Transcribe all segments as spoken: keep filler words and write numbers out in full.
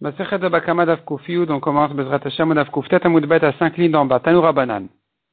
Masechet Baba Kama Daf Kuf Yud, on commence Bezrat Hashem Daf Kuf Tet Amud Bet à cinq lignes d'en bas. Tanoura Banan.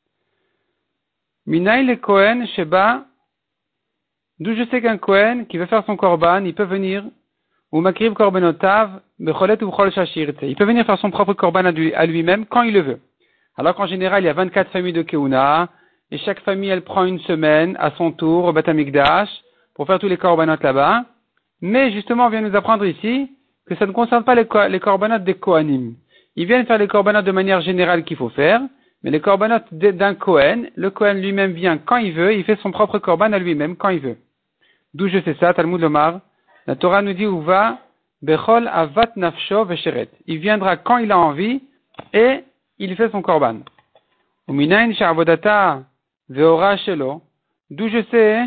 Minaï le Kohen Sheba, d'où je sais qu'un Kohen qui veut faire son korban, il peut venir, ou Makriv Korbenotav, Becholet ou Bechol Shashirte. Il peut venir faire son propre korban à lui-même quand il le veut. Alors qu'en général, il y a vingt-quatre familles de Keuna, et chaque famille, elle prend une semaine à son tour au Bet Amikdash pour faire tous les korbanot là-bas. Mais justement, on vient nous apprendre ici que ça ne concerne pas les, les korbanot des Kohanim. Ils viennent faire les korbanot de manière générale qu'il faut faire, mais les korbanot d'un Kohen, le Kohen lui-même vient quand il veut, il fait son propre korban à lui-même quand il veut. D'où je sais ça, Talmud Lomar, la Torah nous dit où va, Bechol avat nafsho vesheret. Il viendra quand il a envie et il fait son korban. Uminain sha'avodata ve'ora shelo. D'où je sais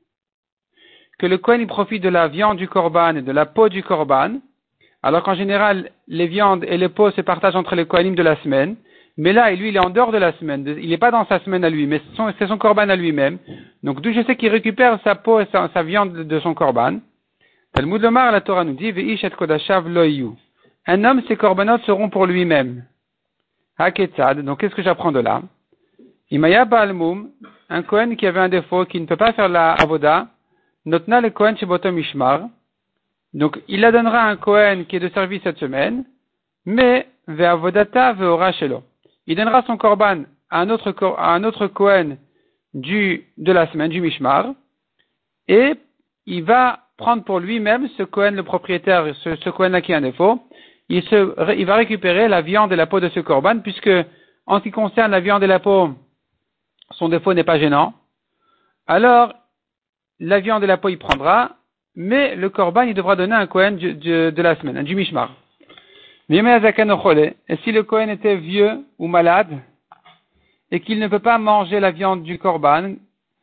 que le Kohen il profite de la viande du korban et de la peau du korban, alors qu'en général, les viandes et les peaux se partagent entre les Kohanim de la semaine. Mais là, lui, il est en dehors de la semaine. Il n'est pas dans sa semaine à lui, mais c'est son korban à lui-même. Donc, d'où je sais qu'il récupère sa peau et sa, sa viande de son korban. Talmud Lomar, la Torah nous dit, Ve'ish et kodashav lo yu. Un homme, ses korbanot seront pour lui-même. Haketzad. Donc, qu'est-ce que j'apprends de là? Imaya ba'almum, un Kohen qui avait un défaut, qui ne peut pas faire la avoda, notna le Kohen shebotom ishmar. Donc, il la donnera à un Kohen qui est de service cette semaine, mais ve'avodata ve'ora shelo. Il donnera son korban à un autre, à un autre Kohen du, de la semaine, du Mishmar, et il va prendre pour lui-même ce Kohen, le propriétaire, ce, ce Kohen-là qui a un défaut, il, se, il va récupérer la viande et la peau de ce korban, puisque, en ce qui concerne la viande et la peau, son défaut n'est pas gênant. Alors, la viande et la peau, il prendra, mais le korban, il devra donner un Kohen de, de, de la semaine, du Mishmar. Et si le Kohen était vieux ou malade, et qu'il ne peut pas manger la viande du korban,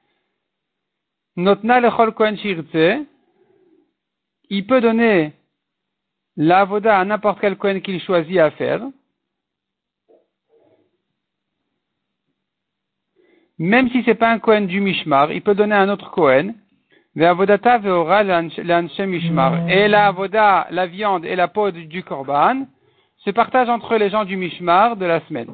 notna lechol Kohen shirtze, il peut donner la avoda à n'importe quel Kohen qu'il choisit à faire, même si c'est pas un Kohen du Mishmar, il peut donner à un autre Kohen, ve'avodata ve'ora l'anche Mishmar. Et la avoda, la viande et la peau du, du korban se partagent entre les gens du Mishmar de la semaine.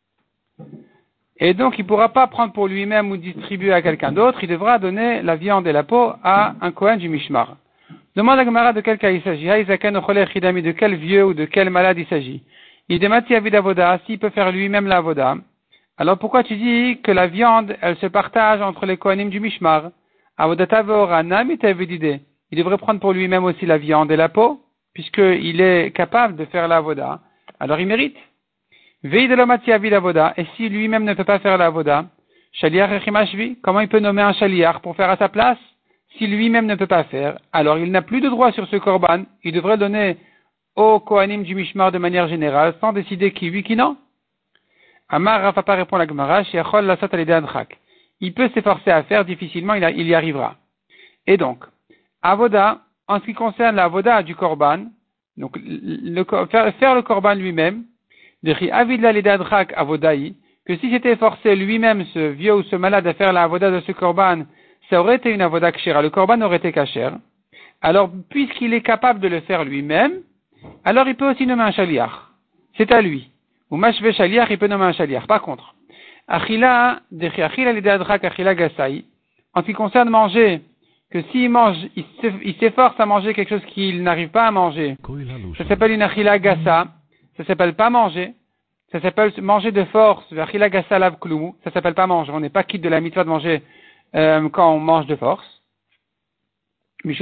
Et donc, il ne pourra pas prendre pour lui-même ou distribuer à quelqu'un d'autre, il devra donner la viande et la peau à un Kohen du Mishmar. Demande à Gemara de quel cas il s'agit. De quel vieux ou de quel malade il s'agit. Il demande si Avid Avoda, s'il peut faire lui-même la Avoda. Alors pourquoi tu dis que la viande, elle se partage entre les Kohanim du Mishmar? Avodata ve'orana, mais t'avais d'idée. Il devrait prendre pour lui-même aussi la viande et la peau, puisqu'il est capable de faire la Avoda. Alors il mérite. Veille de l'omati Avid Avoda, et si lui-même ne peut pas faire la Avoda, Shaliach echimashvi, comment il peut nommer un Shaliach pour faire à sa place? Si lui-même ne peut pas faire, alors il n'a plus de droit sur ce korban. Il devrait donner au Kohanim du Mishmar de manière générale, sans décider qui oui, qui non. Amar Rafapa répond la Gemara, Shiachol lasat alidei adchak. Il peut s'efforcer à faire, difficilement il, a, il y arrivera. Et donc, Avoda, en ce qui concerne la Avoda du korban, donc le, faire, faire le korban lui-même, de chi avid l'alidei adchak avodai, que si c'était forcé lui-même, ce vieux ou ce malade, à faire la Avoda de ce korban, ça aurait été une avoda kshera, le korban aurait été kasher. Alors, puisqu'il est capable de le faire lui-même, alors il peut aussi nommer un shaliach. C'est à lui. Ou mashve shaliach, il peut nommer un shaliach. Par contre, achila, dechi achila l'idadrak achila gasai, en ce qui concerne manger, que s'il mange, il s'efforce à manger quelque chose qu'il n'arrive pas à manger, ça s'appelle une achila gasa, ça s'appelle pas manger, ça s'appelle manger de force, achila gasa lav klumu, ça s'appelle pas manger, on n'est pas quitte de la mitzvah de manger Euh, quand on mange de force. C'est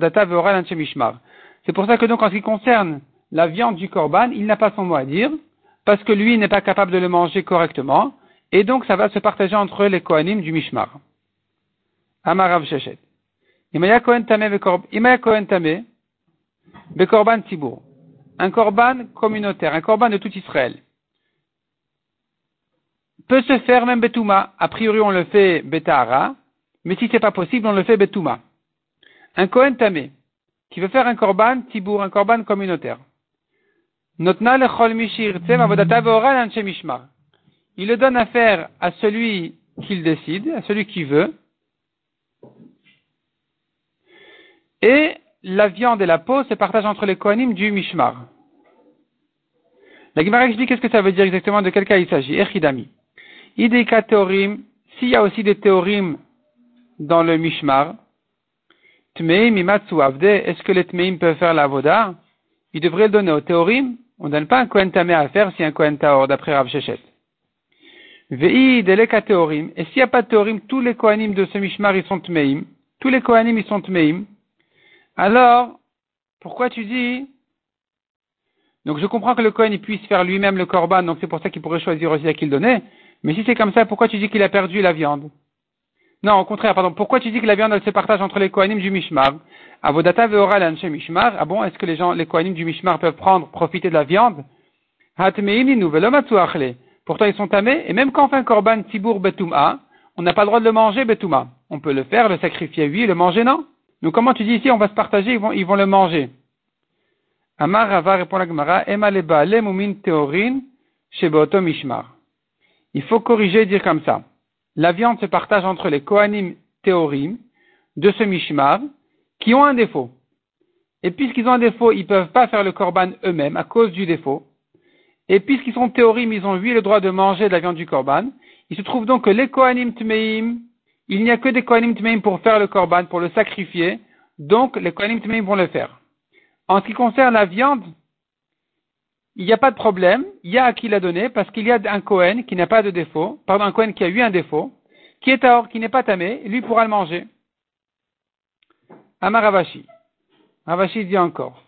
pour ça que donc en ce qui concerne la viande du korban, il n'a pas son mot à dire, parce que lui n'est pas capable de le manger correctement, et donc ça va se partager entre les kohanim du mishmar. Amarav Shechet. Imaya kohen tame bekorban tzibour. Un korban communautaire, un korban de tout Israël. Peut se faire même betouma. A priori, on le fait betahara, mais si c'est pas possible, on le fait betouma. Un Kohen tamé, qui veut faire un korban tibour, un korban communautaire. Notna lechol mishir tsem avodata ve'ora l'anche mishmar. Il le donne à faire à celui qu'il décide, à celui qui veut. Et la viande et la peau se partagent entre les kohanim du mishmar. La Gemara explique qu'est-ce que ça veut dire exactement, de quel cas il s'agit. Echidami. Ideka théorim, s'il y a aussi des théorim dans le Mishmar, Tmeim imatsu avde, est-ce que les Tmeim peuvent faire la voda? Il devrait le donner au théorim. On ne donne pas un Kohen Tamé à faire si un Kohen Taor, d'après Rav Shechet. Vei deleka théorim, et s'il n'y a pas de théorim, tous les Kohanim de ce Mishmar, ils sont Tmeim. Tous les Kohanim, ils sont Tmeim. Alors, pourquoi tu dis? Donc je comprends que le Kohen il puisse faire lui-même le korban, donc c'est pour ça qu'il pourrait choisir aussi à qui le donner. Mais si c'est comme ça, pourquoi tu dis qu'il a perdu la viande? Non, au contraire, pardon. Pourquoi tu dis que la viande elle se partage entre les Kohanim du Mishmar? Avodata ve'oral anshe Mishmar. Ah bon, est-ce que les gens, les Kohanim du Mishmar peuvent prendre, profiter de la viande? Hatmeiminu ve'lomatsu achle. Pourtant ils sont tamés, et même quand on fait un korban tibour betum'a, on n'a pas le droit de le manger betum'a. On peut le faire, le sacrifier oui, le manger non. Donc comment tu dis ici, on va se partager, ils vont, ils vont le manger? Amar Rava répond la Gemara, Ema leba lemumin teorin sheboto mishmar. Il faut corriger et dire comme ça. La viande se partage entre les Kohanim théorim de ce mishmar qui ont un défaut. Et puisqu'ils ont un défaut, ils ne peuvent pas faire le korban eux-mêmes à cause du défaut. Et puisqu'ils sont théorim, ils ont lui le droit de manger de la viande du korban. Il se trouve donc que les Kohanim tmeim, il n'y a que des Kohanim tmeim pour faire le korban, pour le sacrifier. Donc les Kohanim tmeim vont le faire. En ce qui concerne la viande, il n'y a pas de problème, il y a à qui la donner, parce qu'il y a un Kohen qui n'a pas de défaut, pardon, un Kohen qui a eu un défaut, qui est taor, qui n'est pas tamé, lui pourra le manger. Amar Ravashi. Ravashi dit encore.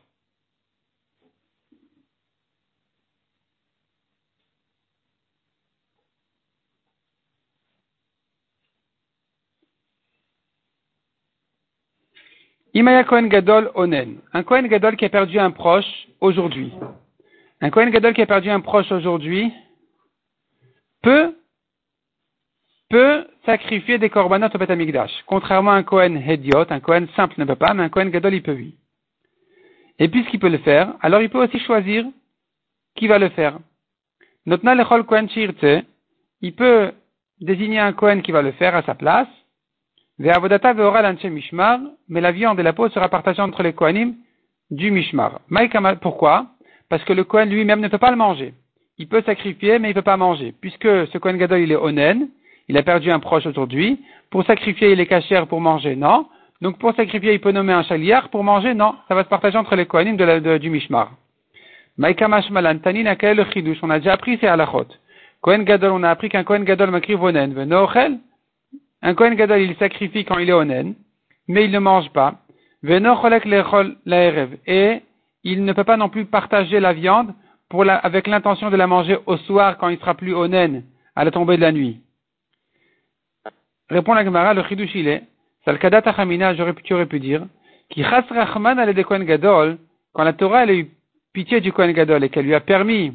Imaya Kohen Gadol Onen. Un Kohen Gadol qui a perdu un proche aujourd'hui. Un Kohen Gadol qui a perdu un proche aujourd'hui peut, peut sacrifier des korbanot au Beth Amikdash. Contrairement à un Kohen Hediot, un Kohen simple ne peut pas, mais un Kohen Gadol il peut oui. Et puisqu'il peut le faire, alors il peut aussi choisir qui va le faire. Notna lechol Kohen shirtze, il peut désigner un Kohen qui va le faire à sa place. Ve'avodata ve'oral anshe mishmar, mais la viande et la peau sera partagée entre les Kohanim du mishmar. Pourquoi? Parce que le Kohen lui-même ne peut pas le manger. Il peut sacrifier, mais il ne peut pas manger. Puisque ce Kohen Gadol, il est onen, il a perdu un proche aujourd'hui. Pour sacrifier, il est kasher, pour manger, non. Donc pour sacrifier, il peut nommer un chaliar, pour manger, non. Ça va se partager entre les Kohanim de la, de, du mishmar. Maïkamash malan, tanin akel chidush, on a déjà appris, c'est halachot. Kohen Gadol, on a appris qu'un Kohen Gadol makriv onen, venochel. Un Kohen Gadol, il sacrifie quand il est onen, mais il ne mange pas. Venocholek lechol laerev. Et il ne peut pas non plus partager la viande pour la, avec l'intention de la manger au soir quand il sera plus onen, à la tombée de la nuit. Répond la Gemara, le chidush il est, salkadat achamina, j'aurais pu, tu aurais pu dire, qui chas rachman ale de Kohen Gadol, quand la Torah elle a eu pitié du Kohen Gadol et qu'elle lui a permis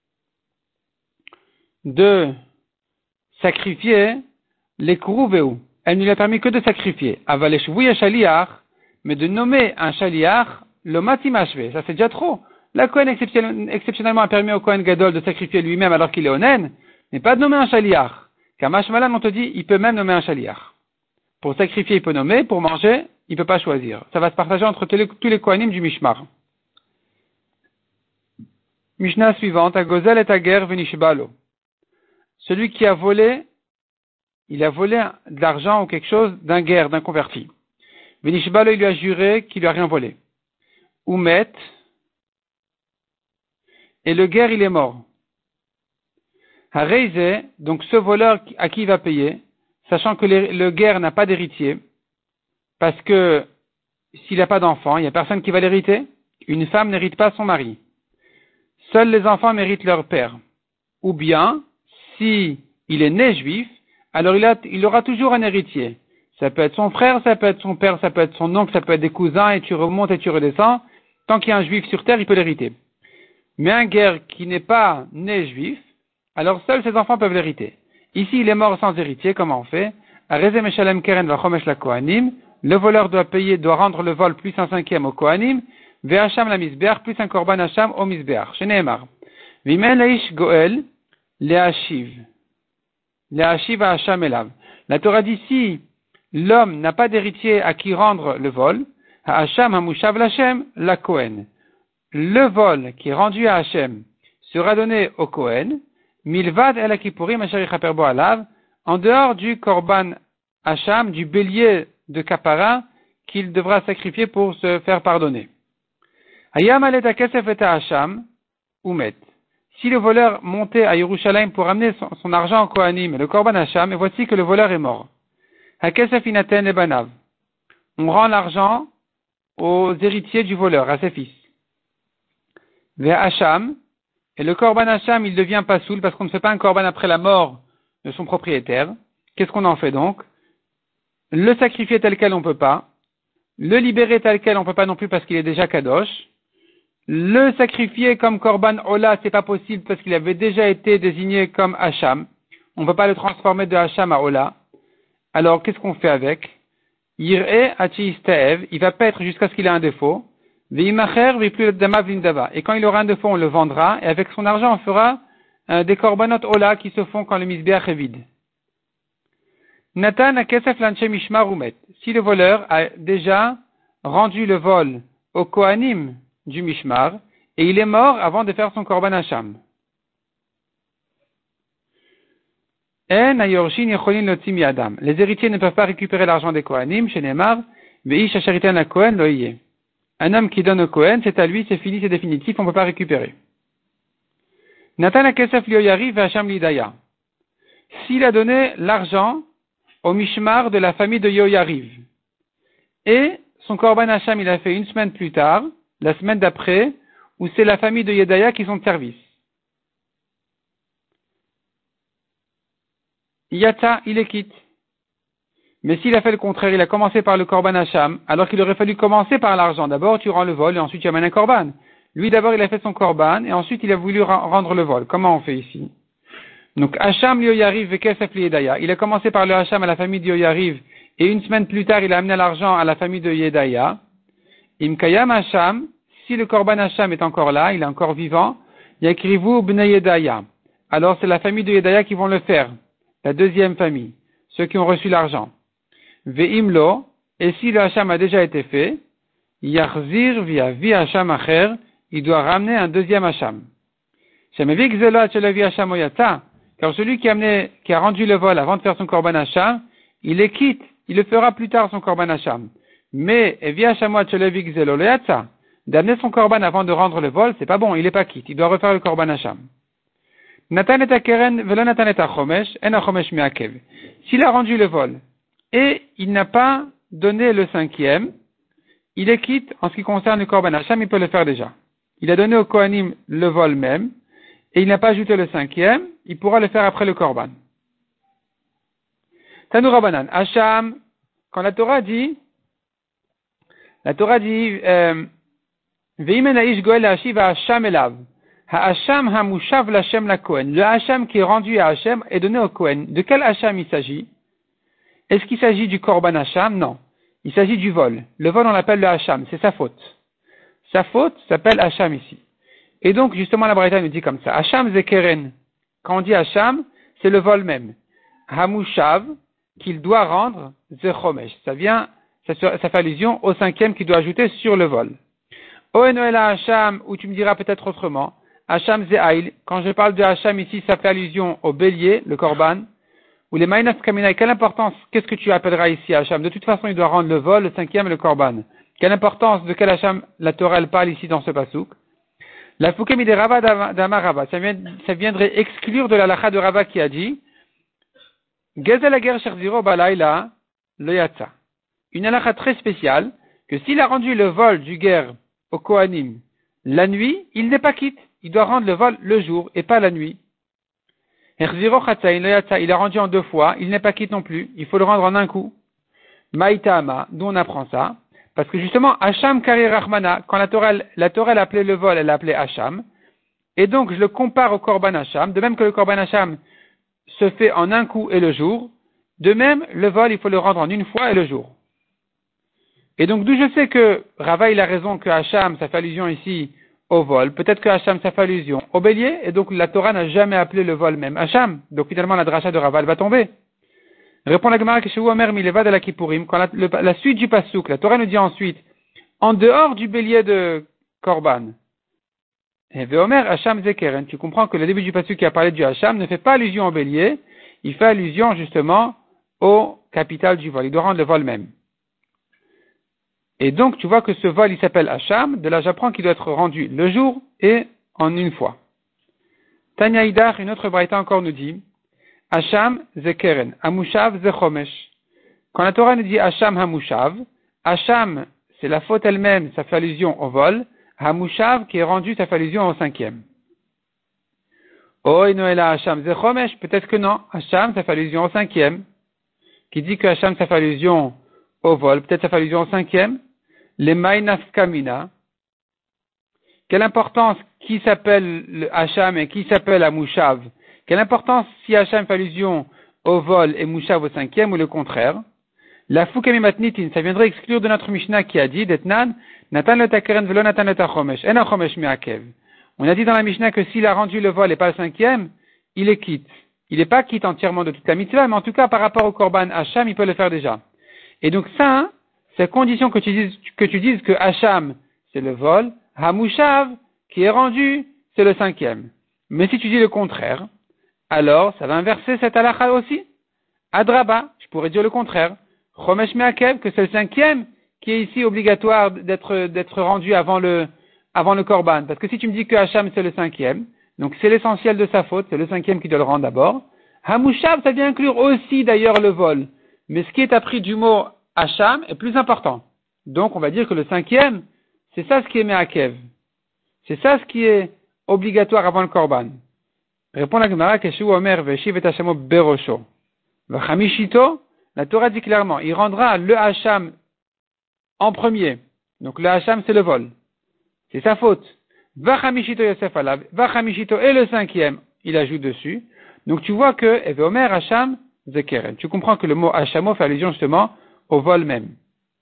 de sacrifier les kourouveu, elle ne lui a permis que de sacrifier. Avaleshvouya shaliach, mais de nommer un shaliach, le matimashve, ça c'est déjà trop. La Kohen exceptionnellement a permis au Kohen Gadol de sacrifier lui-même alors qu'il est onen, mais pas de nommer un shaliach. Kamash malan, on te dit, il peut même nommer un shaliach. Pour sacrifier, il peut nommer, pour manger, il peut pas choisir. Ça va se partager entre tous les, tous les Kohanim du Mishmar. Mishnah suivante, Agozel et Ager venishbalo. Celui qui a volé, il a volé de l'argent ou quelque chose d'un guerre, d'un converti. Venishbalo, il lui a juré qu'il lui a rien volé. Oumet, et le guerre, il est mort. Hareize, donc ce voleur à qui il va payer, sachant que les, le guerre n'a pas d'héritier, parce que s'il n'a pas d'enfant, il n'y a personne qui va l'hériter. Une femme n'hérite pas son mari. Seuls les enfants méritent leur père. Ou bien, si il est né juif, alors il, a, il aura toujours un héritier. Ça peut être son frère, ça peut être son père, ça peut être son oncle, ça peut être des cousins, et tu remontes et tu redescends. Tant qu'il y a un juif sur terre, il peut l'hériter. Mais un guerre qui n'est pas né juif, alors seuls ses enfants peuvent l'hériter. Ici, il est mort sans héritier, comment on fait? Le voleur doit payer, doit rendre le vol plus un cinquième au Kohanim, ve'acham la misbeach, plus un korban hacham au misbeach. Sheneemar. Vimen laish goel, le'ashiv. Le'ashiv hacham elav. La Torah dit, si l'homme n'a pas d'héritier à qui rendre le vol, hacham hamushav l'Hashem, la Kohen. Le vol qui est rendu à Hachem, sera donné au Kohen, milvad el akipurim asher yichaper bo alav, en dehors du korban hacham, du bélier de kapara qu'il devra sacrifier pour se faire pardonner. Hayam alet hakesef et hacham, umet. Si le voleur montait à Yerushalayim pour amener son, son argent au Kohanim, le korban hacham, et voici que le voleur est mort. Hakesef inaten le banav. On rend l'argent aux héritiers du voleur, à ses fils. Ve hacham, et le korban hacham, il devient pas soul parce qu'on ne fait pas un korban après la mort de son propriétaire. Qu'est-ce qu'on en fait donc? Le sacrifier tel quel on peut pas. Le libérer tel quel on peut pas non plus parce qu'il est déjà kadosh. Le sacrifier comme korban ola, c'est pas possible parce qu'il avait déjà été désigné comme hacham. On ne peut pas le transformer de hacham à ola. Alors, qu'est-ce qu'on fait avec? Yir'e achi istaev, il va paître jusqu'à ce qu'il ait un défaut. V'imacher v'iplu dama v'indava. Et quand il aura un défaut, on le vendra. Et avec son argent, on fera euh, des korbanot ola qui se font quand le misbeach est vide. Nathan akesef lanche mishmar umet. Si le voleur a déjà rendu le vol au kohanim du mishmar, et il est mort avant de faire son korban hacham. En ayorshin yecholin lotzim yadam. Les héritiers ne peuvent pas récupérer l'argent des kohanim, chez Neymar, veish asheriten la kohen loye. Un homme qui donne au kohen, c'est à lui, c'est fini, c'est définitif, on ne peut pas récupérer. Nathan akesef lioyari ve'hacham lidaya. S'il a donné l'argent au mishmar de la famille de Yoyariv, et son korban hacham, il a fait une semaine plus tard, la semaine d'après, où c'est la famille de Yedaya qui sont de service. Yata, il est quitte. Mais s'il a fait le contraire, il a commencé par le korban hacham, alors qu'il aurait fallu commencer par l'argent. D'abord, tu rends le vol, et ensuite tu amènes un korban. Lui, d'abord, il a fait son korban, et ensuite il a voulu rendre le vol. Comment on fait ici? Donc, hacham lioyariv vekesef liyedaya. Il a commencé par le hacham à la famille de Yoyariv, et une semaine plus tard, il a amené l'argent à la famille de Yedaya. Imkayam hacham, si le korban hacham est encore là, il est encore vivant, yakrivu bnei Yedaya. Alors c'est la famille de Yedaya qui vont le faire, la deuxième famille, ceux qui ont reçu l'argent. Veimlo, et si le hacham a déjà été fait, yachzir via vi hacham acher, il doit ramener un deuxième hacham. Shemevik zelo achelavi hacham oyata, car celui qui a amené, qui a rendu le vol avant de faire son korban hacham, il est quitte, il le fera plus tard son korban hacham. Mais, via Shamoa Tchelevik Zeloleatsa, d'amener son korban avant de rendre le vol, c'est pas bon, il est pas quitte, il doit refaire le korban hacham. Natan et Akeren, velo Natan et Achomesh, en Achomesh Meakev. S'il a rendu le vol, et il n'a pas donné le cinquième, il est quitte en ce qui concerne le korban hacham, il peut le faire déjà. Il a donné au Kohanim le vol même, et il n'a pas ajouté le cinquième, il pourra le faire après le korban. Tanou Rabanan, hacham, quand la Torah dit, La Torah dit, Veimen ha'ish goel ha'ashiv ha'asham elav. Ha'asham ha'mushav l'Hashem la Kohen. Le hacham qui est rendu à Hachem est donné au Kohen. De quel hacham il s'agit? Est-ce qu'il s'agit du korban hacham? Non. Il s'agit du vol. Le vol, on l'appelle le hacham. C'est sa faute. Sa faute s'appelle hacham ici. Et donc, justement, la Braïta nous dit comme ça. Hacham zekeren. Quand on dit hacham, c'est le vol même. Hamushav, qu'il doit rendre, zechomesh. Ça vient, Ça, ça fait allusion au cinquième qui doit ajouter sur le vol. Oenoela Hacham, où tu me diras peut-être autrement, Hacham Ze'ail, quand je parle de Hacham ici, ça fait allusion au bélier, le korban, ou les Maïnas Kaminai, quelle importance, qu'est-ce que tu appelleras ici Hacham? De toute façon, il doit rendre le vol, le cinquième et le korban. Quelle importance, de quel Hacham la Torah elle parle ici dans ce pasouk? La Foukem de Rava d'Amar Rava, ça, vient, ça viendrait exclure de la lacha de Rava qui a dit, Gezel Ager Sherziro Balaila, le Yatsa. Une halakha très spéciale, que s'il a rendu le vol du guerre au Kohanim la nuit, il n'est pas quitte. Il doit rendre le vol le jour et pas la nuit. Herziro Chatzaïn, il a rendu en deux fois, il n'est pas quitte non plus. Il faut le rendre en un coup. Maïtama, d'où on apprend ça? Parce que justement, Hacham Kari Rahmana, quand la Torah, la Torah elle appelait le vol, elle l'appelait Hacham. Et donc, je le compare au Korban Hacham. De même que le Korban Hacham se fait en un coup et le jour. De même, le vol, il faut le rendre en une fois et le jour. Et donc, d'où je sais que Rava, il a raison que Hacham, ça fait allusion ici au vol. Peut-être que Hacham, ça fait allusion au bélier. Et donc, la Torah n'a jamais appelé le vol même Hacham. Donc, finalement, la dracha de Rava, elle va tomber. Répond la Gemara que chez Omer Mileva de la Kippourim. Quand la, le, la suite du pasouk, la Torah nous dit ensuite, en dehors du bélier de Korban, Et Veomer Hacham Zekeren. Tu comprends que le début du pasuk qui a parlé du Hacham ne fait pas allusion au bélier, il fait allusion justement au capital du vol. Il doit rendre le vol même. Et donc, tu vois que ce vol, il s'appelle Hacham. De là, j'apprends qu'il doit être rendu le jour et en une fois. Tanya Idar, une autre braïta encore nous dit, Hacham Zekeren, Hamushav Zechomesh. Quand la Torah nous dit Hacham Hamushav, Hacham, c'est la faute elle-même, ça fait allusion au vol. Hamushav, qui est rendu, ça fait allusion au cinquième. Oh, Noëlla Hacham Zechomesh, peut-être que non. Hacham, ça fait allusion au cinquième. Qui dit que Hacham, ça fait allusion au vol, peut-être ça fait allusion au cinquième. Les Maïnafkamina. Quelle importance qui s'appelle le Hacham et qui s'appelle Hamushav? Quelle importance si Hacham fait allusion au vol et Mushav au cinquième ou le contraire? La Fukamimatnitin, ça viendrait exclure de notre Mishnah qui a dit, Detnan, Natan le Takeren velo Natan le Tachomesh, en Achomesh me'akev. On a dit dans la Mishnah que s'il a rendu le vol et pas le cinquième, il est quitte. Il n'est pas quitte entièrement de toute la mitzvah, mais en tout cas par rapport au Korban Hacham, il peut le faire déjà. Et donc ça, hein, c'est condition que tu dises que tu dises que Hacham, c'est le vol, Hamushav, qui est rendu, c'est le cinquième. Mais si tu dis le contraire, alors ça va inverser cette halakha aussi. Adraba, je pourrais dire le contraire. Chomesh me'akev, que c'est le cinquième qui est ici obligatoire d'être, d'être rendu avant le, avant le korban. Parce que si tu me dis que Hacham c'est le cinquième, donc c'est l'essentiel de sa faute, c'est le cinquième qui doit le rendre d'abord. Hamushav, ça vient inclure aussi d'ailleurs le vol. Mais ce qui est appris du mot Hacham est plus important. Donc on va dire que le cinquième, c'est ça ce qui est me'akev. C'est ça ce qui est obligatoire avant le korban. Répond la Gemara, Keshu Omer Veshiv et Hachamo Berosho. Vachamishito, la Torah dit clairement, il rendra le Hacham en premier. Donc le Hacham c'est le vol. C'est sa faute. Vachamishito Yosef Alav, Vachamishito est le cinquième, il ajoute dessus. Donc tu vois que Eve Omer Hacham Zekeren. Tu comprends que le mot Hachamo fait allusion justement au vol même.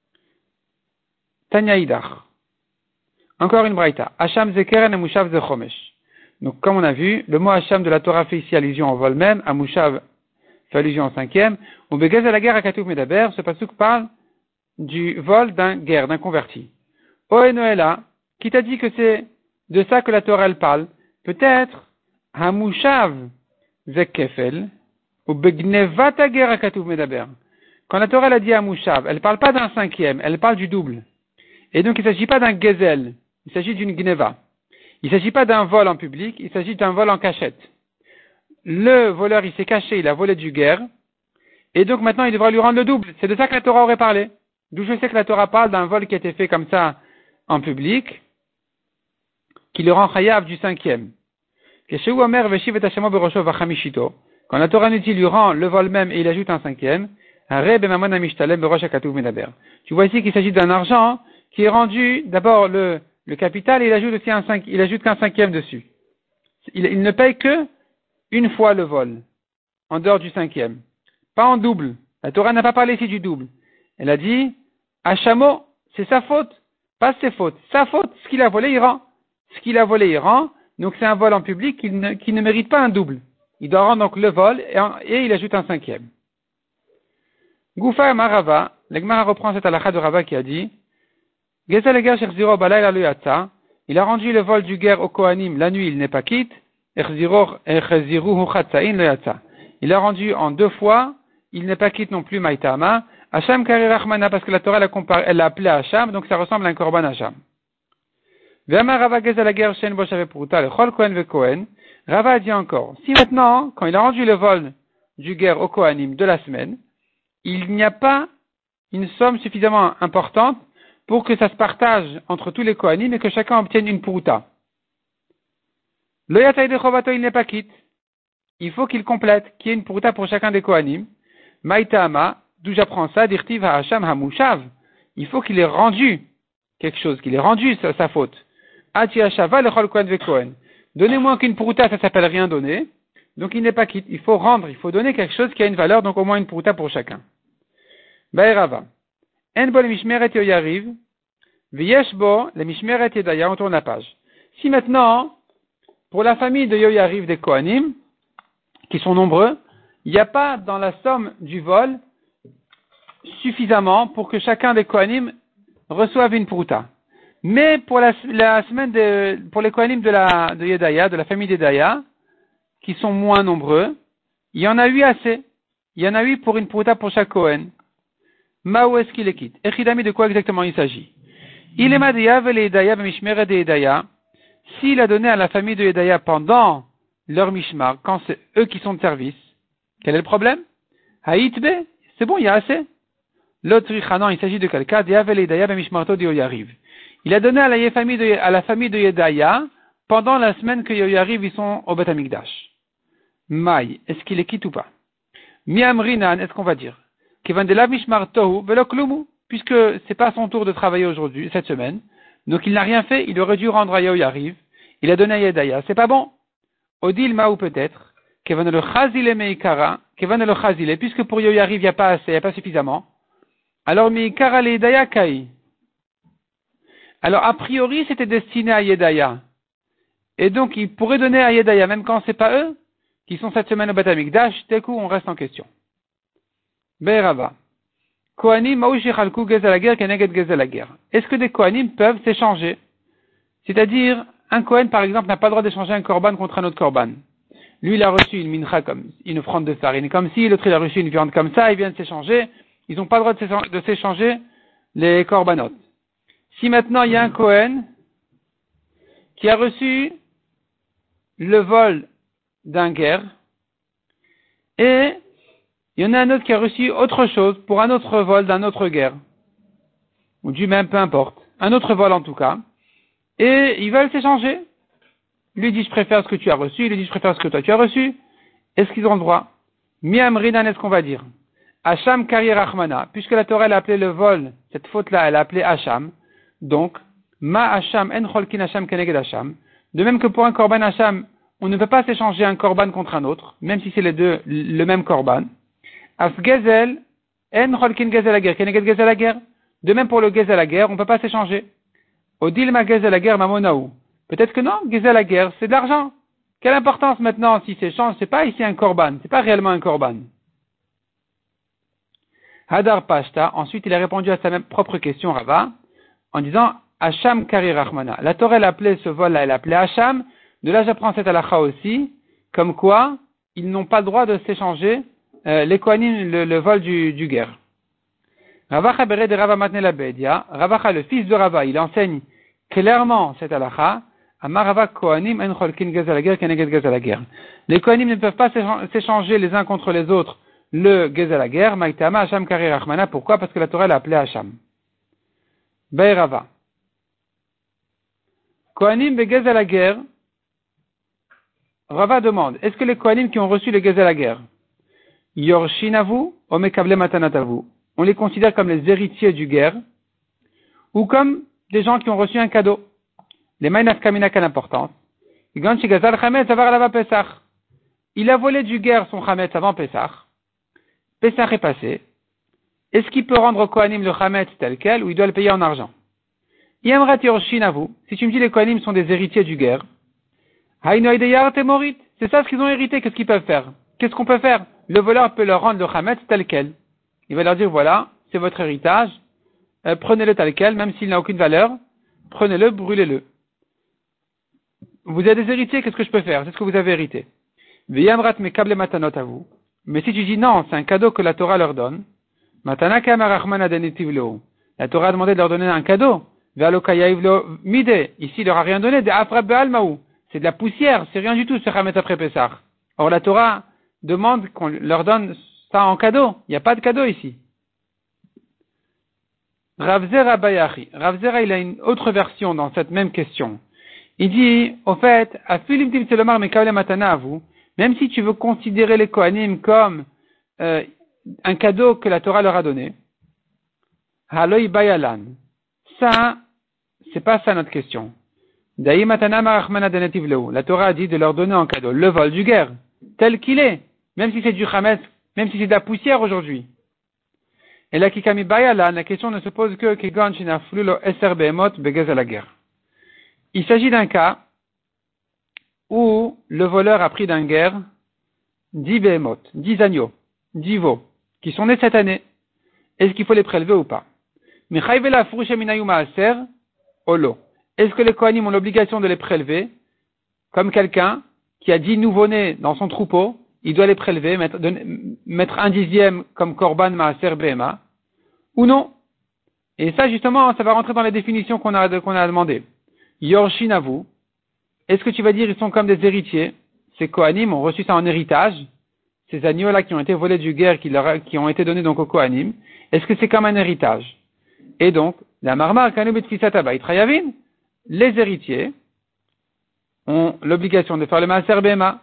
Tanya Idach. Encore une braïta. Hacham Zekeren et Mushav Zechomesh. Donc comme on a vu, le mot Hacham de la Torah fait ici allusion au vol même, à Mushav fait allusion au cinquième. Ou Begez à la guerre à Katouf Medaber, ce pasuk parle du vol d'un guerre, d'un converti. Oe Noëlla, qui t'a dit que c'est de ça que la Torah elle parle? Peut-être Hamushav Zekefel ou Begnevat à guerre à Katouf Medaber. Quand la Torah elle a dit Hamushav, elle parle pas d'un cinquième, elle parle du double. Et donc il ne s'agit pas d'un gezel, il s'agit d'une gneva. Il ne s'agit pas d'un vol en public, il s'agit d'un vol en cachette. Le voleur, il s'est caché, il a volé du guerre, et donc maintenant il devra lui rendre le double. C'est de ça que la Torah aurait parlé. D'où je sais que la Torah parle d'un vol qui a été fait comme ça en public, qui le rend chayav du cinquième. Quand la Torah nous dit lui rend le vol même et il ajoute un cinquième, tu vois ici qu'il s'agit d'un argent qui est rendu d'abord le, le capital et il ajoute aussi un cinq, il ajoute qu'un cinquième dessus. Il, il ne paye que une fois le vol, en dehors du cinquième. Pas en double. La Torah n'a pas parlé ici du double. Elle a dit, Hachamo, c'est sa faute, pas ses fautes. Sa faute, ce qu'il a volé, il rend. Ce qu'il a volé, il rend. Donc c'est un vol en public qui ne, qui ne mérite pas un double. Il doit rendre donc le vol et, en, et il ajoute un cinquième. Goufa Marava, l'Egmara reprend cette halakha de Rava qui a dit, Gezel Eger Shechziro Balay la Luyatsa, il a rendu le vol du guerre au Kohanim la nuit, il n'est pas quitte, Echziru Chatsain Luyatsa. Il a rendu en deux fois, il n'est pas quitte non plus Maïtama, Hacham Kari Rachmana, parce que la Torah elle l'a appelé Hacham, donc ça ressemble à un korban Hacham. Ve'amar Rava Gezel Eger Shen Boshave Pruta, le Chol Kohen ve Kohen, Rava a dit encore, si maintenant, quand il a rendu le vol du guerre au Kohanim de la semaine, il n'y a pas une somme suffisamment importante pour que ça se partage entre tous les Kohanim et que chacun obtienne une puruta. Le yataï de chovato, il n'est pas quitte. Il faut qu'il complète, qu'il y ait une puruta pour chacun des Kohanim. Maïtama, d'où j'apprends ça, dirtiv ha'asham ha'mushav. Il faut qu'il ait rendu quelque chose, qu'il ait rendu sa, sa faute. Ati ha'shava le chol kohen ve kohen. Donnez-moi qu'une puruta, ça s'appelle rien donner. Donc il n'est pas quitte. Il faut rendre, il faut donner quelque chose qui a une valeur, donc au moins une puruta pour chacun. Baïrava. En bo le mishmeret yoyariv. V'yesh bo le mishmeret yedaya. On tourne la page. Si maintenant, pour la famille de Yoyariv des Kohanim, qui sont nombreux, il n'y a pas dans la somme du vol suffisamment pour que chacun des Kohanim reçoive une puruta. Mais pour la, la semaine de, pour les Kohanim de la, de Yedaya, de la famille d'Yedaya, qui sont moins nombreux, il y en a huit assez. Il y en a huit pour une prouta pour chaque Kohen. Ma où est-ce qu'il les quitte? Echidami, de quoi exactement il s'agit? Il est Madaya, vele Yedaya, mishmeret de Yedaya. S'il a donné à la famille de Yedaya pendant leur mishmar, quand c'est eux qui sont de service, quel est le problème? Haïtbe, c'est bon, il y a assez. L'autre non, il s'agit de quelqu'un, Yedaya, Yedaya, mishmarto de Yoyariv. Il a donné à la famille de, à la famille de Yedaya pendant la semaine que Yoyariv, ils sont au Beth Amikdash. Maï, est-ce qu'il les quitte ou pas? Miamrinan, est-ce qu'on va dire? Kevandela mishmar tohu velo klumu, puisque c'est pas son tour de travailler aujourd'hui, cette semaine. Donc il n'a rien fait, il aurait dû rendre à Yoyariv. Il a donné à Yedaya, c'est pas bon. Odil ma ou peut-être. Kevan le chazile meikara, Kevan le chazile, puisque pour Yoyariv il n'y a pas assez, il n'y a pas suffisamment. Alors meikara le Yedaya kai. Alors, a priori, c'était destiné à Yedaya. Et donc, il pourrait donner à Yedaya, même quand c'est pas eux, qui sont cette semaine au Beth Amikdash, d'un coup, on reste en question. Be'erava. Kohanim, ma'ushichalku gezalager, keneged gezalager. Est-ce que des Kohanim peuvent s'échanger? C'est-à-dire, un Kohen, par exemple, n'a pas le droit d'échanger un korban contre un autre korban. Lui, il a reçu une mincha comme, une offrande de farine, comme si l'autre, il a reçu une viande comme ça, ils viennent s'échanger. Ils n'ont pas le droit de s'échanger les korbanot. Si maintenant il y a un Kohen qui a reçu le vol d'un guerre et il y en a un autre qui a reçu autre chose pour un autre vol d'un autre guerre, ou du même, peu importe, un autre vol en tout cas, et ils veulent s'échanger. Lui dit je préfère ce que tu as reçu, il lui dit je préfère ce que toi tu as reçu. Est-ce qu'ils ont le droit? Miamrinan, est-ce qu'on va dire? Hacham kari rachmana, puisque la Torah elle a appelé le vol, cette faute-là elle a appelé Hacham. Donc, ma Hacham en cholkin Hacham keneged Hacham. De même que pour un korban Hacham, on ne peut pas s'échanger un korban contre un autre, même si c'est les deux le même korban. As gezel en cholkin gezel ager keneged gezel ager. De même pour le gezel ager, on ne peut pas s'échanger. Odil ma gezel ager mamonaou. Peut-être que non, gezel ager, c'est de l'argent. Quelle importance maintenant si s'échange? C'est pas ici un korban, c'est pas réellement un korban. Hadar Pashta. Ensuite, il a répondu à sa même propre question, Rava, en disant Hacham Kari Rachmana. La Torah, elle appelait ce vol-là, elle appelait Hacham. De là, j'apprends cette halakha aussi, comme quoi ils n'ont pas le droit de s'échanger euh, les Kohanim, le, le vol du, du guerre. Rava Chabere de Rava Matne Labedia. Rava, le fils de Rava, il enseigne clairement cette halakha. Amar Rava Kohanim en cholkin gezalager keneged gezalager. Les Kohanim ne peuvent pas s'échanger les uns contre les autres le gezalager. Maïtama Hacham Kari Rachmana. Pourquoi? Parce que la Torah l'a appelé Hacham. Be'erava. Kohanim be gezalager. Rava demande, est-ce que les Kohanim qui ont reçu le gezalager, yorshinavu ou mekable matanatavu, on les considère comme les héritiers du guerre, ou comme des gens qui ont reçu un cadeau? Les maïnaf kamina, quelle importance? Il a volé du guerre son chametz avant Pesach. Pesach est passé. Est-ce qu'il peut rendre au Kohanim le chametz tel quel, ou il doit le payer en argent? Yamrat yorshinavu, si tu me dis les Kohanim sont des héritiers du guerre, c'est ça ce qu'ils ont hérité, qu'est-ce qu'ils peuvent faire? Qu'est-ce qu'on peut faire? Le voleur peut leur rendre le chametz tel quel. Il va leur dire, voilà, c'est votre héritage, euh, prenez-le tel quel, même s'il n'a aucune valeur, prenez-le, brûlez-le. Vous êtes des héritiers, qu'est-ce que je peux faire? C'est ce que vous avez hérité. V'yamrat mekable matanot à vous. Mais si tu dis non, c'est un cadeau que la Torah leur donne, matana kamarachman adenetiv leo. La Torah a demandé de leur donner un cadeau. Ve'alokayav lo mide. Ici, il leur a rien donné, de afra be'almaou. C'est de la poussière, c'est rien du tout ce chametz après Pessah. Or la Torah demande qu'on leur donne ça en cadeau. Il n'y a pas de cadeau ici. Rav Zera Bayachi. Rav Zera, il a une autre version dans cette même question. Il dit, au fait, à Philippe Timselomar Mekavle Matana à vous, même si tu veux considérer les Kohanim comme euh, un cadeau que la Torah leur a donné, Haloi Bayalan. Ça, c'est pas ça notre question. La Torah a dit de leur donner en cadeau le vol du guerre, tel qu'il est, même si c'est du chametz, même si c'est de la poussière aujourd'hui. Et là, Kikami Bayala, la question ne se pose que Kegon Shinaflulo Eser Behemot Begez à la guerre. Il s'agit d'un cas où le voleur a pris d'un guerre dix Behemot, dix agneaux, dix veaux, qui sont nés cette année. Est-ce qu'il faut les prélever ou pas? Mais Chayvela Furusha Minayuma Aser, Olo. Est-ce que les Kohanim ont l'obligation de les prélever, comme quelqu'un qui a dix nouveau-nés dans son troupeau, il doit les prélever, mettre, de, mettre un dixième comme Korban Maaser Behema, ou non? Et ça, justement, ça va rentrer dans les définitions qu'on a, qu'on a demandé. Yorshin Avu. Est-ce que tu vas dire ils sont comme des héritiers? Ces Kohanim ont reçu ça en héritage. Ces agneaux-là qui ont été volés du guerre, qui, leur, qui ont été donnés donc aux Kohanim. Est-ce que c'est comme un héritage? Et donc, la Marmar Kanubet Fisatabai Trayavin, les héritiers ont l'obligation de faire le Maaser Behema.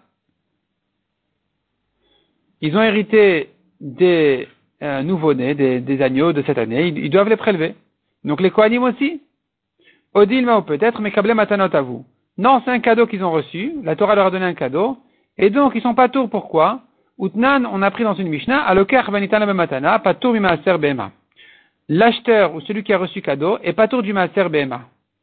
Ils ont hérité des euh, nouveau-nés, des, des agneaux de cette année, ils, ils doivent les prélever. Donc les Kohanim aussi. Odilma ou peut-être, mais Kable Matanot à vous. Non, c'est un cadeau qu'ils ont reçu, la Torah leur a donné un cadeau, et donc ils sont pas tours. Pourquoi? Utnan, on a pris dans une Mishnah, Alokar Vanitan Matana, pas tour du Maaser Behema. L'acheteur ou celui qui a reçu cadeau est pas tour du Maaser Behema.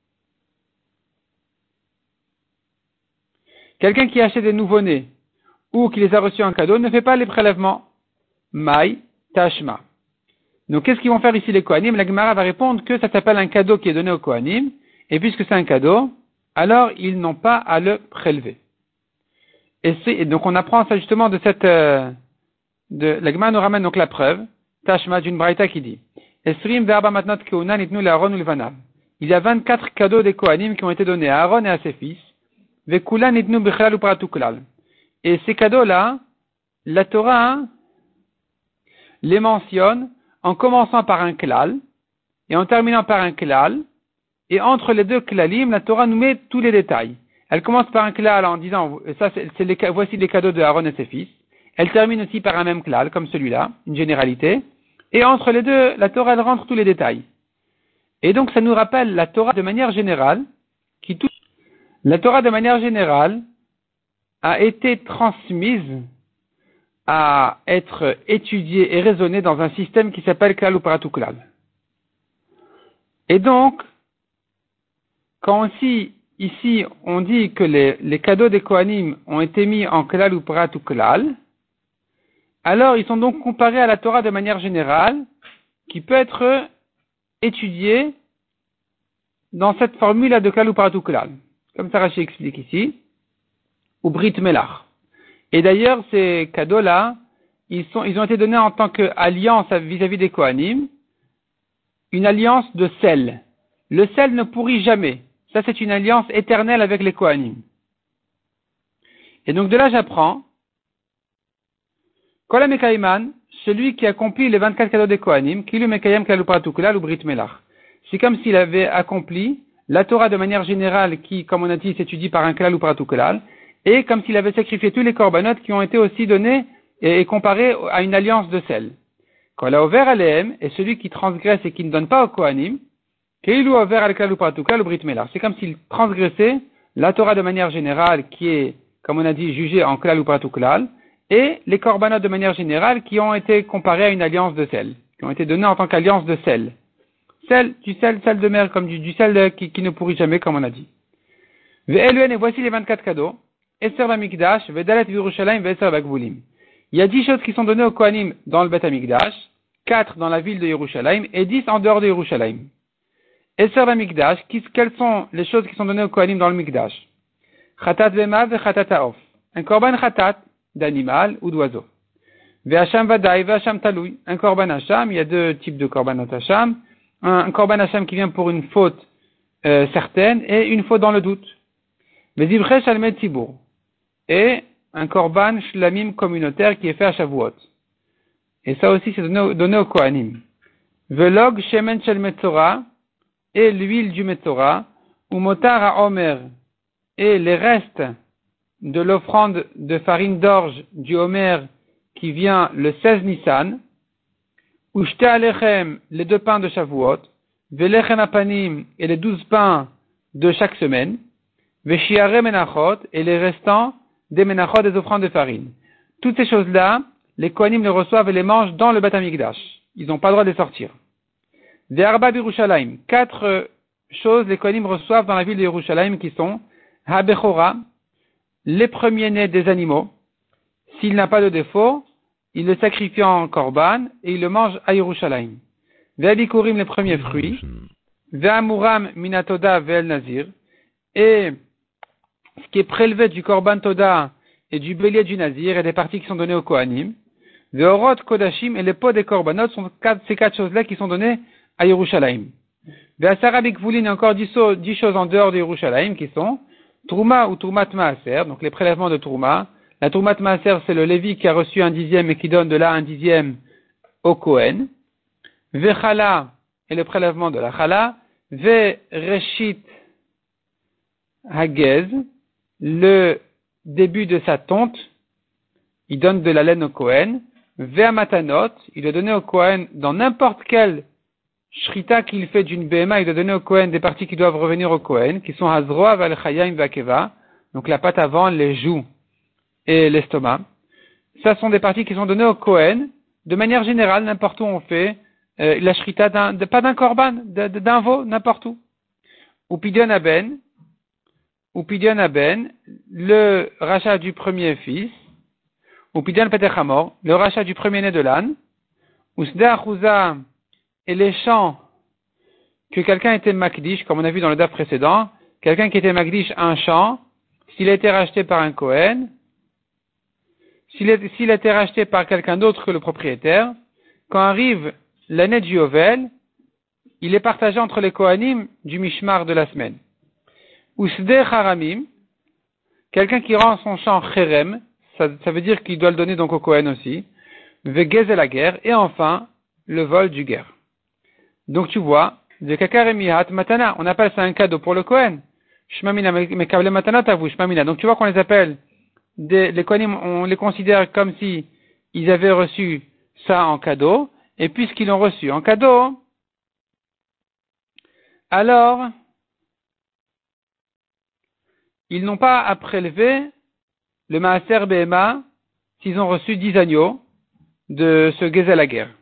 Quelqu'un qui achète des nouveau-nés ou qui les a reçus en cadeau ne fait pas les prélèvements. Maï, Tashma. Donc qu'est-ce qu'ils vont faire ici les Kohanim? La Gemara va répondre que ça s'appelle un cadeau qui est donné aux Kohanim, et puisque c'est un cadeau, alors ils n'ont pas à le prélever. Et, c'est, et donc on apprend ça justement de cette... Euh, de, la Gemara nous ramène donc la preuve, Tashma d'une Braïta qui dit Esrim verba matnot keuna nitnu le'Aaron ulvanav. Il y a vingt-quatre cadeaux des Kohanim qui ont été donnés à Aaron et à ses fils. Vekula nitnu bichlal upratuklal. Et ces cadeaux-là, la Torah les mentionne en commençant par un klal et en terminant par un klal. Et entre les deux klalim, la Torah nous met tous les détails. Elle commence par un klal en disant, ça, c'est, c'est les, voici les cadeaux de Aaron et ses fils. Elle termine aussi par un même klal, comme celui-là, une généralité. Et entre les deux, la Torah, elle rentre tous les détails. Et donc, ça nous rappelle la Torah de manière générale, qui touche, la Torah de manière générale a été transmise à être étudiée et raisonnée dans un système qui s'appelle klal ou paratuklal. Et donc, quand aussi, ici, on dit que les, les cadeaux des Kohanim ont été mis en klal ou paratuklal, alors ils sont donc comparés à la Torah de manière générale, qui peut être étudiée dans cette formule de klal ou paratuklal. Comme ça Rashi explique ici, ou Brit Melach. Et d'ailleurs, ces cadeaux-là, ils sont, ils ont été donnés en tant qu'alliance vis-à-vis des Kohanim, une alliance de sel. Le sel ne pourrit jamais. Ça, c'est une alliance éternelle avec les Kohanim. Et donc, de là, j'apprends, Kola Mekayman, celui qui accomplit les vingt-quatre cadeaux des Kohanim, Kilu Mekayem Kaluparatukula, ou Brit Melach. C'est comme s'il avait accompli la Torah de manière générale, qui, comme on a dit, s'étudie par un klal ou paratuklal, et comme s'il avait sacrifié tous les korbanot qui ont été aussi donnés et, et comparés à une alliance de sel. Kola Over Alehem est celui qui transgresse et qui ne donne pas au Kohanim, Keilu Over al klal ou paratuklal ou Brit Melach. C'est comme s'il transgressait la Torah de manière générale, qui est, comme on a dit, jugée en klal ou paratuklal, et les korbanot de manière générale qui ont été comparés à une alliance de sel, qui ont été donnés en tant qu'alliance de sel. Sel, du sel, sel de mer, comme du, du sel de, qui, qui ne pourrit jamais, comme on a dit. Ve'eluen, et voici les vingt-quatre cadeaux. Eser b'amikdash, ve'dalet v'Yerushalayim, ve'eser b'agvulim. Il y a dix choses qui sont données au Kohanim dans le Beth Amikdash, quatre dans la ville de Yerushalayim, et dix en dehors de Yerushalayim. Eser b'amikdash, quelles sont les choses qui sont données au Kohanim dans le Mikdash? Chatat ve'ma ve'chatat ha'of. Un korban chatat, d'animal ou d'oiseau. Ve'hasham vadaï, ve'hasham talouy. Un korban hasham, il y a deux types de korbanot hasham. Un korban hasham qui vient pour une faute euh, certaine et une faute dans le doute. Vezibrech almed tzibour. Et un korban shlamim communautaire qui est fait à Shavuot. Et ça aussi c'est donné, donné au Kohanim. Velog shemen shel metzora et l'huile du metzora ou motar à Omer et les restes de l'offrande de farine d'orge du Omer qui vient le seize Nissan. Ushte alechem, les deux pains de Shavuot, velechem apanim, et les douze pains de chaque semaine, veshiare menachot, et les restants des menachot des offrandes de farine. Toutes ces choses-là, les Kohanim les reçoivent et les mangent dans le Beth Amikdash. Ils n'ont pas le droit de les sortir. Ve'arba b'Yerushalayim, quatre choses les Kohanim reçoivent dans la ville de Yerushalayim qui sont Habechora, les premiers-nés des animaux. S'il n'a pas de défaut, il le sacrifie en korban et il le mange à Yerushalayim. Ve'abikurim, les premiers fruits. ve'amuram minatoda ve'el nazir, et ce qui est prélevé du korban toda et du bélier du nazir et des parties qui sont données au kohanim, ve'orot kodashim et les pots des korbanot sont quatre, ces quatre choses-là qui sont données à Yerushalayim. Ve'asara bikvulin et encore dix, dix choses en dehors de Yerushalayim qui sont Trouma ou Troumat Maaser, donc les prélèvements de Trouma. La Troumat Maaser, c'est le Lévi qui a reçu un dixième et qui donne de là un dixième au Kohen. Ve'chala et le prélèvement de la Chala. Ve'reshit Hagez, le début de sa tonte, il donne de la laine au Kohen. Ve'amatanot, il doit donner au Kohen dans n'importe quel shrita qu'il fait d'une béma, il doit donner au Kohen des parties qui doivent revenir au Kohen, qui sont Hazroa, Valchayim, Vakeva, donc la patte avant, les joues et l'estomac. Ça sont des parties qui sont données au Kohen, de manière générale, n'importe où on fait, euh, la shrita d'un, de, pas d'un korban, de, de, d'un veau, n'importe où. Ou Pidyon Aben, ou Pidyon Aben, le rachat du premier fils, ou Pidyon Petechamor, le rachat du premier-né de l'âne, ou Sda Achouza, et les champs que quelqu'un était makdish, comme on a vu dans le daf précédent, quelqu'un qui était makdish un champ, s'il a été racheté par un Kohen, s'il a, s'il a été racheté par quelqu'un d'autre que le propriétaire, quand arrive l'année du Yovel, il est partagé entre les Kohanim du Mishmar de la semaine. Ou Sde Haramim, quelqu'un qui rend son champ Cherem, ça, ça veut dire qu'il doit le donner donc au Kohen aussi, Vegez la guerre, et enfin, le vol du guerre. Donc tu vois, de kakaremihat matana, on appelle ça un cadeau pour le Kohen. Shmamina mekavle matana tavu shmamina. Donc tu vois qu'on les appelle, des, les Kohanim, on les considère comme si ils avaient reçu ça en cadeau, et puisqu'ils l'ont reçu en cadeau, alors ils n'ont pas à prélever le maaser behema s'ils ont reçu dix agneaux de ce gezel la guerre.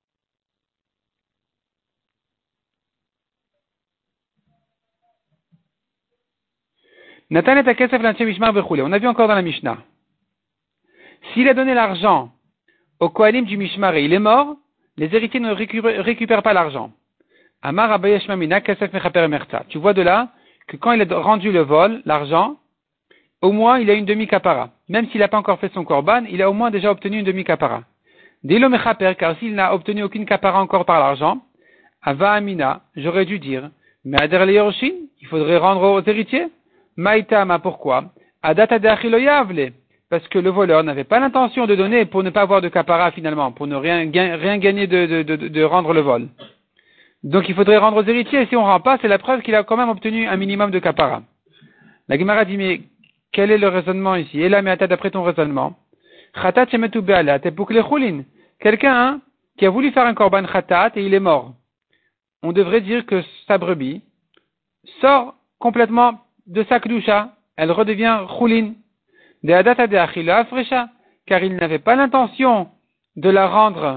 On a vu encore dans la Mishnah. S'il a donné l'argent au Kohanim du Mishmar et il est mort, les héritiers ne récupèrent pas l'argent. Amar Abaye Shmamina Kesef Mechaper Merta. Tu vois de là que quand il a rendu le vol, l'argent, au moins il a une demi-kapara. Même s'il n'a pas encore fait son korban, il a au moins déjà obtenu une demi-kapara. Dilo Mechaper, car s'il n'a obtenu aucune kapara encore par l'argent, Ava Amina, j'aurais dû dire, mais Ader le Yoroshin, il faudrait rendre aux héritiers. Maïtama, pourquoi? Adata de Achiloyavle, parce que le voleur n'avait pas l'intention de donner pour ne pas avoir de kapara finalement, pour ne rien, rien gagner de, de, de, de rendre le vol. Donc il faudrait rendre aux héritiers, et si on ne rend pas, c'est la preuve qu'il a quand même obtenu un minimum de kapara. La Gemara dit, mais quel est le raisonnement ici? Et là, mais attends, d'après ton raisonnement, Khatat shemetu be'ala, t'es pour les choulin. Quelqu'un hein, qui a voulu faire un korban khatat et il est mort. On devrait dire que sa brebis sort complètement de sa kedusha, elle redevient choulin. De adata de achila afresha, car il n'avait pas l'intention de la rendre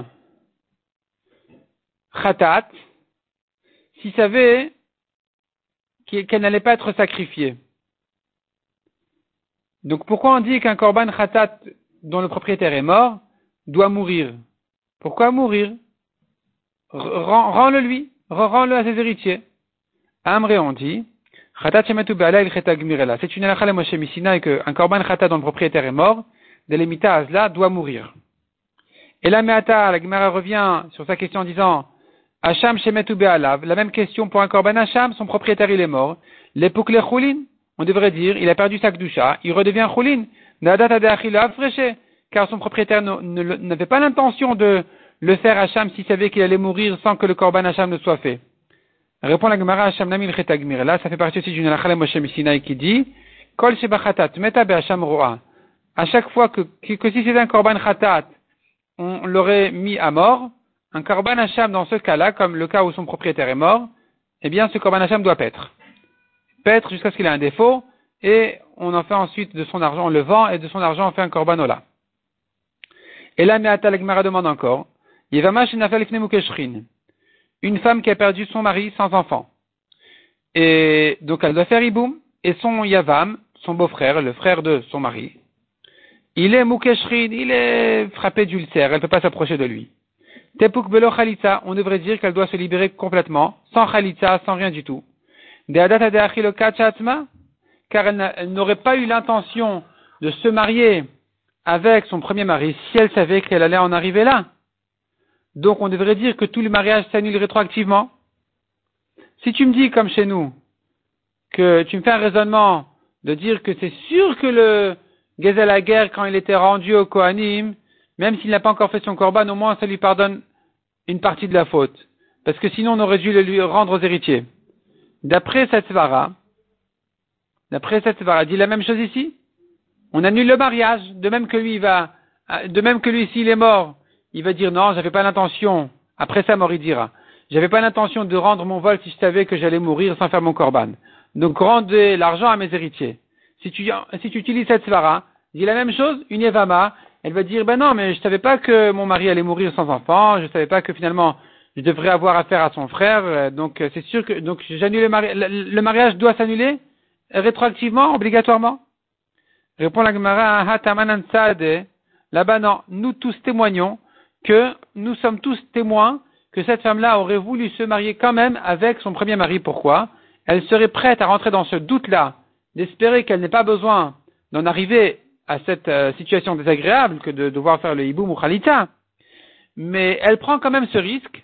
khatat, s'il savait qu'elle n'allait pas être sacrifiée. Donc pourquoi on dit qu'un korban khatat dont le propriétaire est mort doit mourir? Pourquoi mourir? Rends-le lui, rends-le à ses héritiers. Amré on dit, c'est une halakha le Moshe Missina et qu'un korban khatat dont le propriétaire est mort, de l'emita azla doit mourir. Et là, Meata, la Gemara revient sur sa question en disant, Hacham shemetu be'alav, la même question pour un korban Hacham, son propriétaire il est mort. L'épouc le choulin, on devrait dire, il a perdu sa kedusha, il redevient choulin. N'adata de achila afreché, car son propriétaire n'avait pas l'intention de le faire Hacham s'il savait qu'il allait mourir sans que le korban Hacham ne soit fait. Répond la Gemara Hacham Namil Chetagmir. Là, ça fait partie aussi d'une halakha Moshe Missinaï qui dit Kol sheba khatat meta be Hacham roa. À chaque fois que, que, que si c'est un korban khatat, on l'aurait mis à mort, un korban Hacham dans ce cas-là, comme le cas où son propriétaire est mort, eh bien, ce korban Hacham doit paître. Paître jusqu'à ce qu'il ait un défaut, et on en fait ensuite de son argent, on le vend, et de son argent on fait un korban ola. Et là, Meata la Gemara demande encore Yevama shenafel ifne mukeshrin. Une femme qui a perdu son mari sans enfant. Et donc elle doit faire iboum, et son yavam, son beau-frère, le frère de son mari, il est moukeshrin, il est frappé d'ulcère, elle ne peut pas s'approcher de lui. Tepuk belo chalitza, on devrait dire qu'elle doit se libérer complètement, sans chalitza, sans rien du tout. Deadata de achilokat chatma, car elle, elle n'aurait pas eu l'intention de se marier avec son premier mari si elle savait qu'elle allait en arriver là. Donc on devrait dire que tout le mariage s'annule rétroactivement. Si tu me dis, comme chez nous, que tu me fais un raisonnement de dire que c'est sûr que le Gezel Hager, quand il était rendu au Kohanim, même s'il n'a pas encore fait son korban, au moins ça lui pardonne une partie de la faute. Parce que sinon on aurait dû le lui rendre aux héritiers. D'après cette svara, d'après cette svara, dit la même chose ici. On annule le mariage, de même que lui il va, de même que lui s'il est mort, il va dire non, j'avais pas l'intention, après sa mort il dira, j'avais pas l'intention de rendre mon vol si je savais que j'allais mourir sans faire mon korban. Donc rendez l'argent à mes héritiers. Si tu, si tu utilises cette svara, dit la même chose, une Yevama, elle va dire, ben non, mais je savais pas que mon mari allait mourir sans enfant, je savais pas que finalement je devrais avoir affaire à son frère, donc c'est sûr que, donc j'annule le mariage, le, le mariage doit s'annuler rétroactivement, obligatoirement. Répond la Gemara, Hatamanan Saade, là-bas non, nous tous témoignons que nous sommes tous témoins que cette femme-là aurait voulu se marier quand même avec son premier mari. Pourquoi? Elle serait prête à rentrer dans ce doute-là, d'espérer qu'elle n'ait pas besoin d'en arriver à cette euh, situation désagréable que de devoir faire le hiboum ou khalita. Mais elle prend quand même ce risque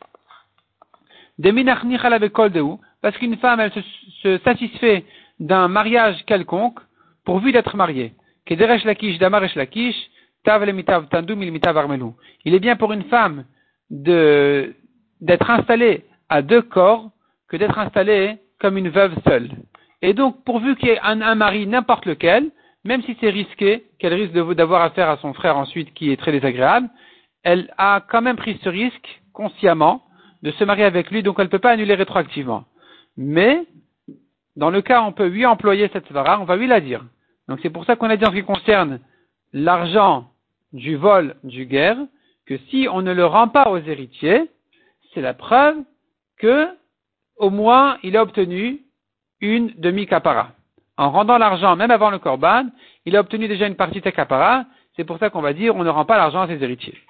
de minachni chalavekol dehu, parce qu'une femme, elle se, se satisfait d'un mariage quelconque pourvu d'être mariée. Kederesh lakish damaresh lakish, tav le mitav tandum il mitav armelu. Il est bien pour une femme de, d'être installée à deux corps que d'être installée comme une veuve seule. Et donc, pourvu qu'il y ait un, un mari n'importe lequel, même si c'est risqué, qu'elle risque de, d'avoir affaire à son frère ensuite qui est très désagréable, elle a quand même pris ce risque, consciemment, de se marier avec lui, donc elle ne peut pas annuler rétroactivement. Mais, dans le cas où on peut lui employer cette svara, on va lui la dire. Donc c'est pour ça qu'on a dit en ce qui concerne l'argent du vol du guerre, que si on ne le rend pas aux héritiers, c'est la preuve que, au moins, il a obtenu une demi-kapara. En rendant l'argent, même avant le korban, il a obtenu déjà une partie de sa kapara, c'est pour ça qu'on va dire on ne rend pas l'argent à ses héritiers.